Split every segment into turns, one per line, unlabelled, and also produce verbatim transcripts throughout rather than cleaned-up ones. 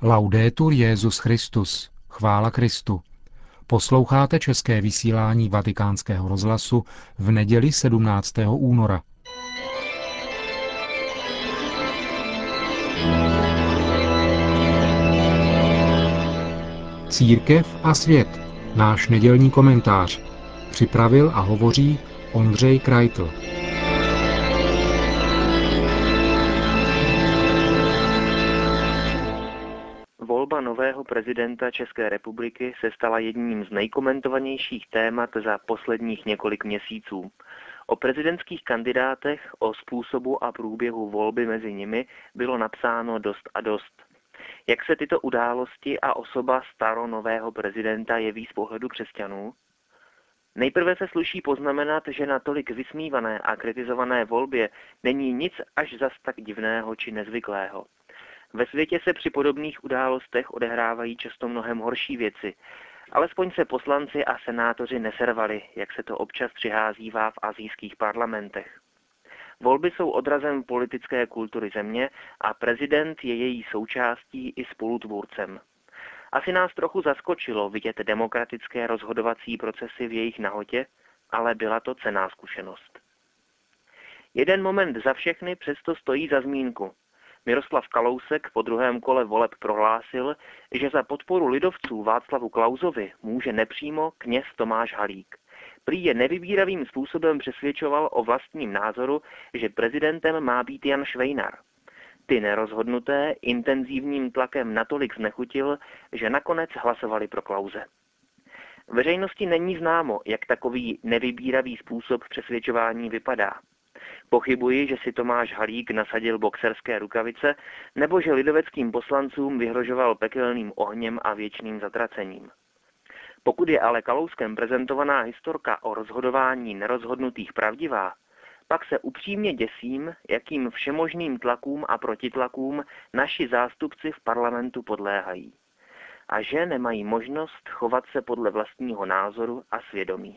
Laudetur Jesus Christus. Chvála Kristu. Posloucháte české vysílání Vatikánského rozhlasu v neděli sedmnáctého února. Církev a svět. Náš nedělní komentář. Připravil a hovoří Ondřej Krajtl.
Volba nového prezidenta České republiky se stala jedním z nejkomentovanějších témat za posledních několik měsíců. O prezidentských kandidátech, o způsobu a průběhu volby mezi nimi bylo napsáno dost a dost. Jak se tyto události a osoba staro-nového prezidenta jeví z pohledu křesťanů? Nejprve se sluší poznamenat, že na tolik vysmívané a kritizované volbě není nic až zas tak divného či nezvyklého. Ve světě se při podobných událostech odehrávají často mnohem horší věci. Alespoň se poslanci a senátoři neservali, jak se to občas přiházívá v asijských parlamentech. Volby jsou odrazem politické kultury země a prezident je její součástí i spolutvůrcem. Asi nás trochu zaskočilo vidět demokratické rozhodovací procesy v jejich nahotě, ale byla to cenná zkušenost. Jeden moment za všechny přesto stojí za zmínku. Miroslav Kalousek po druhém kole voleb prohlásil, že za podporu lidovců Václavu Klausovi může nepřímo kněz Tomáš Halík. Prý je nevybíravým způsobem přesvědčoval o vlastním názoru, že prezidentem má být Jan Švejnar. Ty nerozhodnuté intenzivním tlakem natolik znechutil, že nakonec hlasovali pro Klause. Veřejnosti není známo, jak takový nevybíravý způsob přesvědčování vypadá. Pochybuji, že si Tomáš Halík nasadil boxerské rukavice, nebo že lidoveckým poslancům vyhrožoval pekelným ohněm a věčným zatracením. Pokud je ale Kalouskem prezentovaná historka o rozhodování nerozhodnutých pravdivá, pak se upřímně děsím, jakým všemožným tlakům a protitlakům naši zástupci v parlamentu podléhají. A že nemají možnost chovat se podle vlastního názoru a svědomí.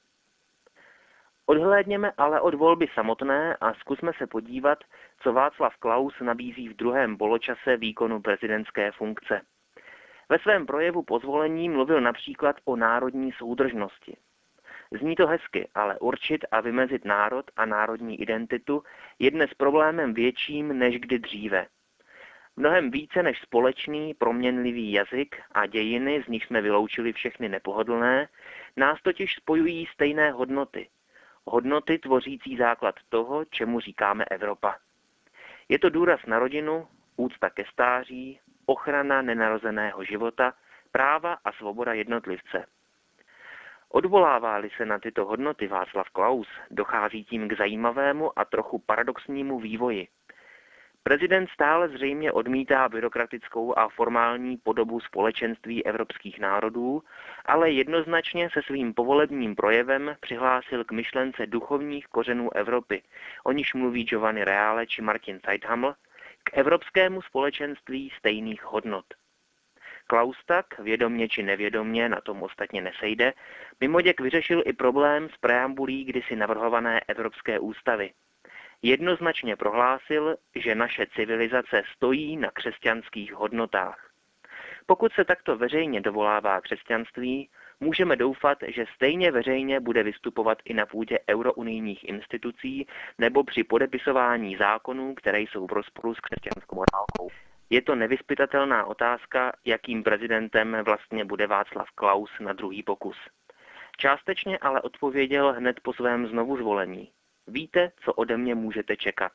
Odhlédněme ale od volby samotné a zkusme se podívat, co Václav Klaus nabízí v druhém poločase výkonu prezidentské funkce. Ve svém projevu po zvolení mluvil například o národní soudržnosti. Zní to hezky, ale určit a vymezit národ a národní identitu je dnes problémem větším než kdy dříve. Mnohem více než společný, proměnlivý jazyk a dějiny, z nich jsme vyloučili všechny nepohodlné, nás totiž spojují stejné hodnoty. Hodnoty tvořící základ toho, čemu říkáme Evropa. Je to důraz na rodinu, úcta ke stáří, ochrana nenarozeného života, práva a svoboda jednotlivce. Odvolává-li se na tyto hodnoty Václav Klaus, dochází tím k zajímavému a trochu paradoxnímu vývoji. Prezident stále zřejmě odmítá byrokratickou a formální podobu společenství evropských národů, ale jednoznačně se svým povolebním projevem přihlásil k myšlence duchovních kořenů Evropy, o níž mluví Giovanni Reale či Martin Zeithaml, k evropskému společenství stejných hodnot. Klaus tak, vědomně či nevědomně, na tom ostatně nesejde, mimoděk vyřešil i problém s preambulí kdysi navrhované Evropské ústavy. Jednoznačně prohlásil, že naše civilizace stojí na křesťanských hodnotách. Pokud se takto veřejně dovolává křesťanství, můžeme doufat, že stejně veřejně bude vystupovat i na půdě eurounijních institucí nebo při podepisování zákonů, které jsou v rozporu s křesťanskou morálkou. Je to nevyzpytatelná otázka, jakým prezidentem vlastně bude Václav Klaus na druhý pokus. Částečně ale odpověděl hned po svém znovuzvolení. Víte, co ode mě můžete čekat.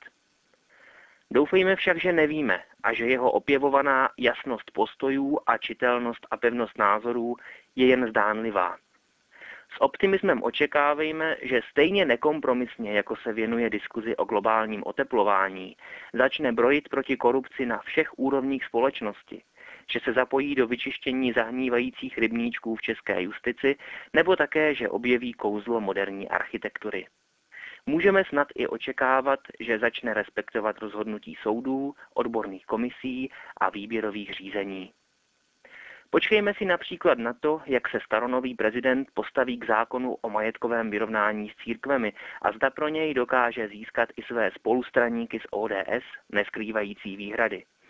Doufejme však, že nevíme a že jeho opěvovaná jasnost postojů a čitelnost a pevnost názorů je jen zdánlivá. S optimismem očekávejme, že stejně nekompromisně, jako se věnuje diskuzi o globálním oteplování, začne brojit proti korupci na všech úrovních společnosti, že se zapojí do vyčištění zahnívajících rybníčků v české justici, nebo také, že objeví kouzlo moderní architektury. Můžeme snad i očekávat, že začne respektovat rozhodnutí soudů, odborných komisí a výběrových řízení. Počkejme si například na to, jak se staronový prezident postaví k zákonu o majetkovém vyrovnání s církvemi a zda pro něj dokáže získat i své spolustraníky z O D S, neskrývající výhrady.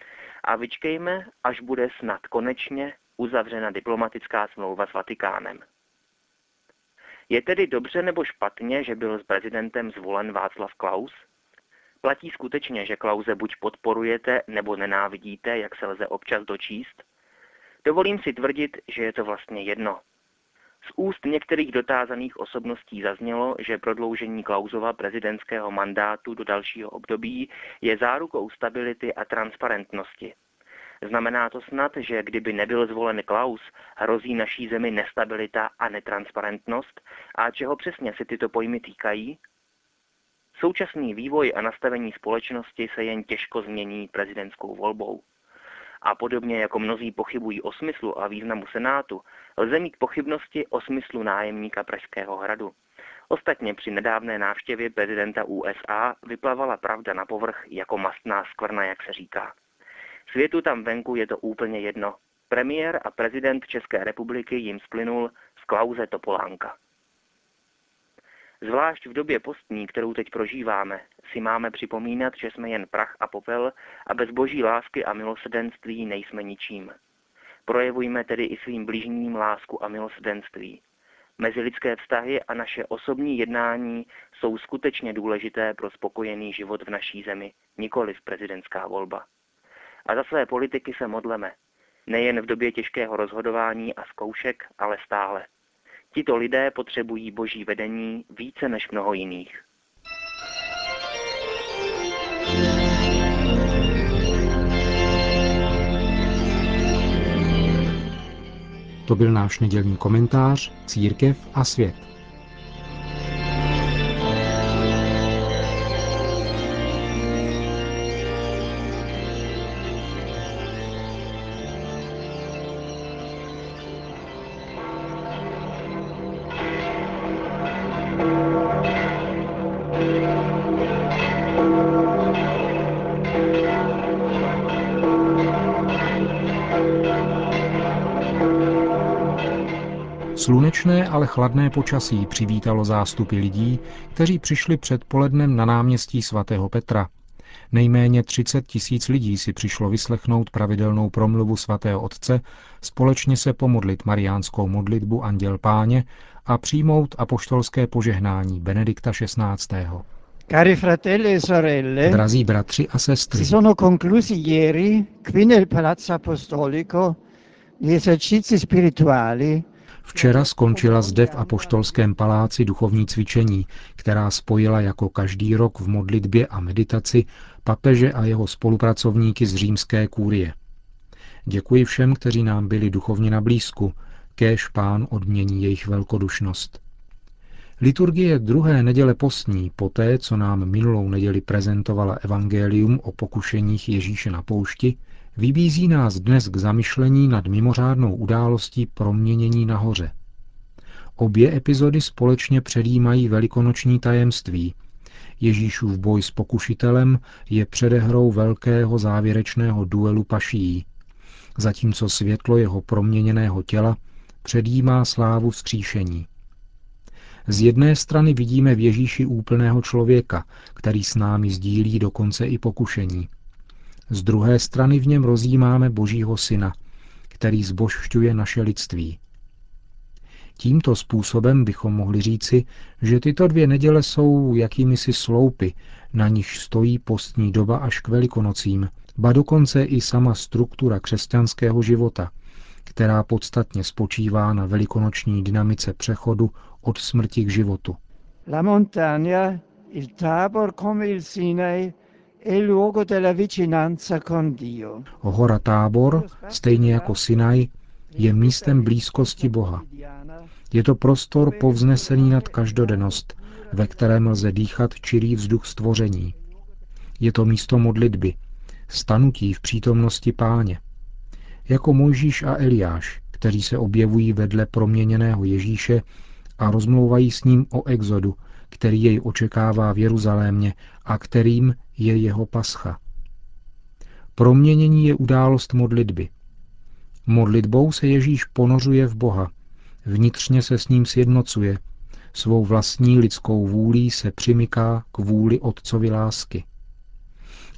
A vyčkejme, až bude snad konečně uzavřena diplomatická smlouva s Vatikánem. Je tedy dobře nebo špatně, že byl s prezidentem zvolen Václav Klaus? Platí skutečně, že Klause buď podporujete nebo nenávidíte, jak se lze občas dočíst? Dovolím si tvrdit, že je to vlastně jedno. Z úst některých dotázaných osobností zaznělo, že prodloužení Klausova prezidentského mandátu do dalšího období je zárukou stability a transparentnosti. Znamená to snad, že kdyby nebyl zvolen Klaus, hrozí naší zemi nestabilita a netransparentnost? A čeho přesně se tyto pojmy týkají? Současný vývoj a nastavení společnosti se jen těžko změní prezidentskou volbou. A podobně jako mnozí pochybují o smyslu a významu Senátu, lze mít pochybnosti o smyslu nájemníka Pražského hradu. Ostatně při nedávné návštěvě prezidenta U S A vyplavala pravda na povrch jako mastná skvrna, jak se říká. Světu tam venku je to úplně jedno. Premiér a prezident České republiky jim splynul z Klause Topolánka. Zvlášť v době postní, kterou teď prožíváme, si máme připomínat, že jsme jen prach a popel a bez boží lásky a milosrdenství nejsme ničím. Projevujme tedy i svým bližním lásku a milosrdenství. Mezilidské vztahy a naše osobní jednání jsou skutečně důležité pro spokojený život v naší zemi, nikoliv prezidentská volba. A za své politiky se modleme. Nejen v době těžkého rozhodování a zkoušek, ale stále. Tito lidé potřebují boží vedení více než mnoho jiných.
To byl náš nedělní komentář Církev a svět. Slunečné, ale chladné počasí přivítalo zástupy lidí, kteří přišli předpolednem na náměstí svatého Petra. Nejméně třicet tisíc lidí si přišlo vyslechnout pravidelnou promluvu svatého otce, společně se pomodlit mariánskou modlitbu Anděl Páně a přijmout apoštolské požehnání Benedikta šestnáctého.
Cari fratelli e sorelle,
Drazí bratři a sestry,
si sono conclusi ieri qui nel Palazzo Apostolico gli esercizi spirituali.
Včera skončila zde v Apoštolském paláci duchovní cvičení, která spojila jako každý rok v modlitbě a meditaci papeže a jeho spolupracovníky z římské kurie. Děkuji všem, kteří nám byli duchovně na blízku, kéž Pán odmění jejich velkodušnost. Liturgie druhé neděle postní, poté, co nám minulou neděli prezentovala evangelium o pokušeních Ježíše na poušti, vybízí nás dnes k zamyšlení nad mimořádnou událostí proměnění na hoře. Obě epizody společně předjímají velikonoční tajemství. Ježíšův boj s pokušitelem je předehrou velkého závěrečného duelu pašií, zatímco světlo jeho proměněného těla předjímá slávu vzkříšení. Z jedné strany vidíme v Ježíši úplného člověka, který s námi sdílí dokonce i pokušení. Z druhé strany v něm rozjímáme Božího syna, který zbožšťuje naše lidství. Tímto způsobem bychom mohli říci, že tyto dvě neděle jsou jakýmisi sloupy, na nichž stojí postní doba až k Velikonocím, ba dokonce i sama struktura křesťanského života, která podstatně spočívá na velikonoční dynamice přechodu od smrti k životu.
La montagna, il Tabor come il Sinai, è il luogo della vicinanza con Dio.
Hora Tábor, stejně jako Sinaj, je místem blízkosti Boha. Je to prostor povznesený nad každodennost, ve kterém lze dýchat čirý vzduch stvoření. Je to místo modlitby, stanutí v přítomnosti Páně. Jako Mojžíš a Eliáš, kteří se objevují vedle proměněného Ježíše a rozmlouvají s ním o exodu, který jej očekává v Jeruzalémě a kterým je jeho pascha. Proměnění je událost modlitby. Modlitbou se Ježíš ponořuje v Boha, vnitřně se s ním sjednocuje, svou vlastní lidskou vůlí se přimyká k vůli Otcovy lásky.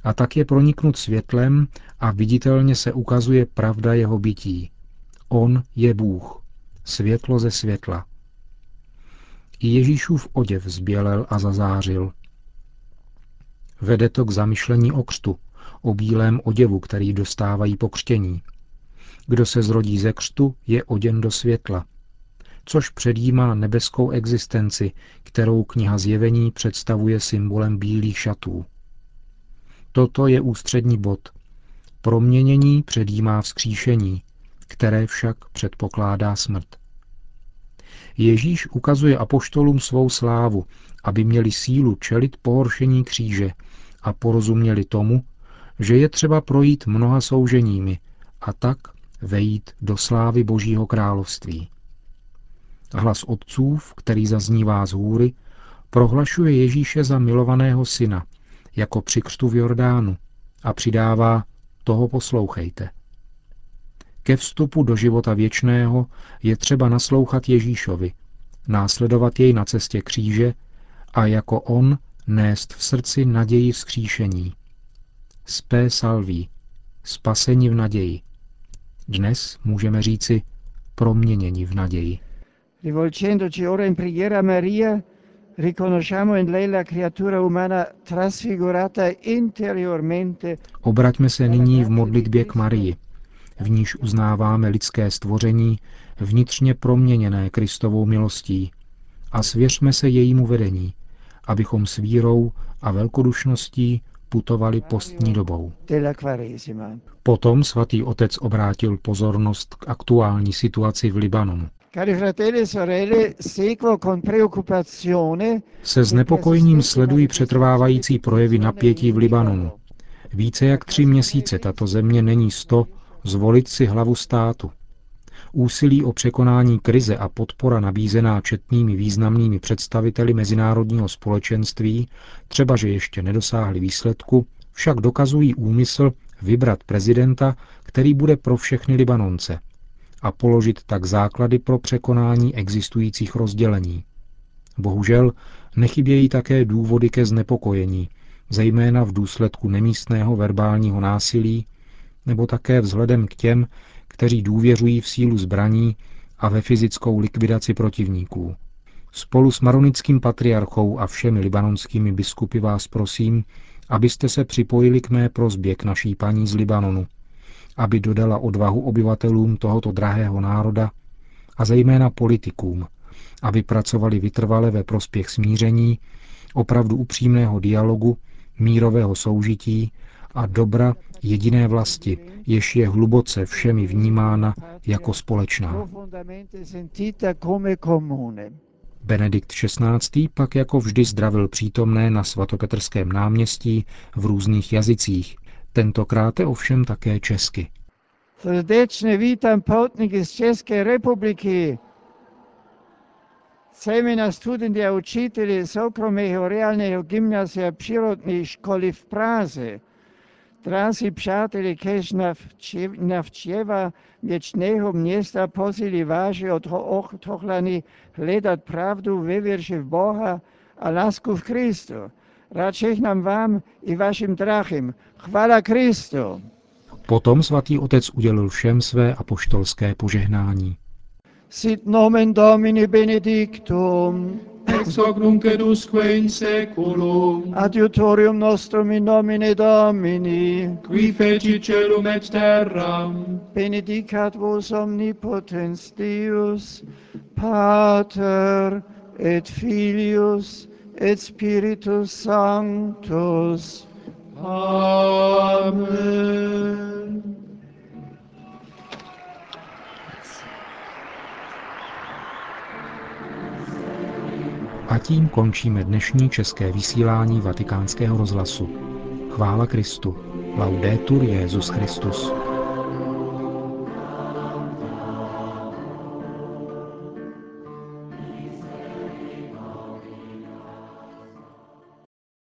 A tak je proniknut světlem a viditelně se ukazuje pravda jeho bytí. On je Bůh, světlo ze světla. I Ježíšův oděv zbělel a zazářil. Vede to k zamyšlení o křtu, o bílém oděvu, který dostávají po křtění. Kdo se zrodí ze křtu, je oděn do světla, což předjímá nebeskou existenci, kterou kniha Zjevení představuje symbolem bílých šatů. Toto je ústřední bod. Proměnění předjímá vzkříšení, které však předpokládá smrt. Ježíš ukazuje apoštolům svou slávu, aby měli sílu čelit pohoršení kříže a porozuměli tomu, že je třeba projít mnoha souženími a tak vejít do slávy Božího království. Hlas otcův, který zaznívá z hůry, prohlašuje Ježíše za milovaného syna, jako při křtu v Jordánu, a přidává: toho poslouchejte. Ke vstupu do života věčného je třeba naslouchat Ježíšovi, následovat jej na cestě kříže a jako on nést v srdci naději vzkříšení. Spé salví, spaseni v naději. Dnes můžeme říci proměněni v naději.
Rivolgendoci ora in preghiera a Maria, riconosciamo in lei la creatura umana trasfigurata interiormente.
Obraťme se nyní v modlitbě k Marii, v níž uznáváme lidské stvoření vnitřně proměněné Kristovou milostí a svěřme se jejímu vedení, abychom s vírou a velkodušností putovali postní dobou. Potom svatý otec obrátil pozornost k aktuální situaci v Libanonu. Se znepokojením sledují přetrvávající projevy napětí v Libanonu. Více jak tři měsíce tato země není sto zvolit si hlavu státu. Úsilí o překonání krize a podpora nabízená četnými významnými představiteli mezinárodního společenství, třeba že ještě nedosáhli výsledku, však dokazují úmysl vybrat prezidenta, který bude pro všechny Libanonce, a položit tak základy pro překonání existujících rozdělení. Bohužel nechybějí také důvody ke znepokojení, zejména v důsledku nemístného verbálního násilí, nebo také vzhledem k těm, kteří důvěřují v sílu zbraní a ve fyzickou likvidaci protivníků. Spolu s maronickým patriarchou a všemi libanonskými biskupy vás prosím, abyste se připojili k mé prosbě k naší paní z Libanonu, aby dodala odvahu obyvatelům tohoto drahého národa a zejména politikům, aby pracovali vytrvale ve prospěch smíření, opravdu upřímného dialogu, mírového soužití a dobra jediné vlasti, jež je hluboce všemi vnímána jako společná. Benedikt šestnáctý pak jako vždy zdravil přítomné na svatopetrském náměstí v různých jazycích, tentokrát ovšem také česky.
Srdečně vítám poutníky z České republiky, zejména studenty a učiteli soukromého reálného gymnázia přírodní školy v Praze. Drazí přáteli, kež navštěva věčného města posílí vaše odhodlání hledat pravdu ve víře v Boha a lásku v Kristu. Rád žehnám vám i vašim drahým. Chvála Kristu.
Potom svatý otec udělil všem své apoštolské požehnání.
Sit nomen Domini benedictum,
ex hoc nunc et usque in saeculum,
adiutorium nostrum in nomine Domini,
qui fecit caelum et terram,
benedicat vos omnipotens Deus, Pater et Filius et Spiritus Sanctus.
Amen.
A tím končíme dnešní české vysílání Vatikánského rozhlasu. Chvála Kristu. Laudetur Jesus Christus.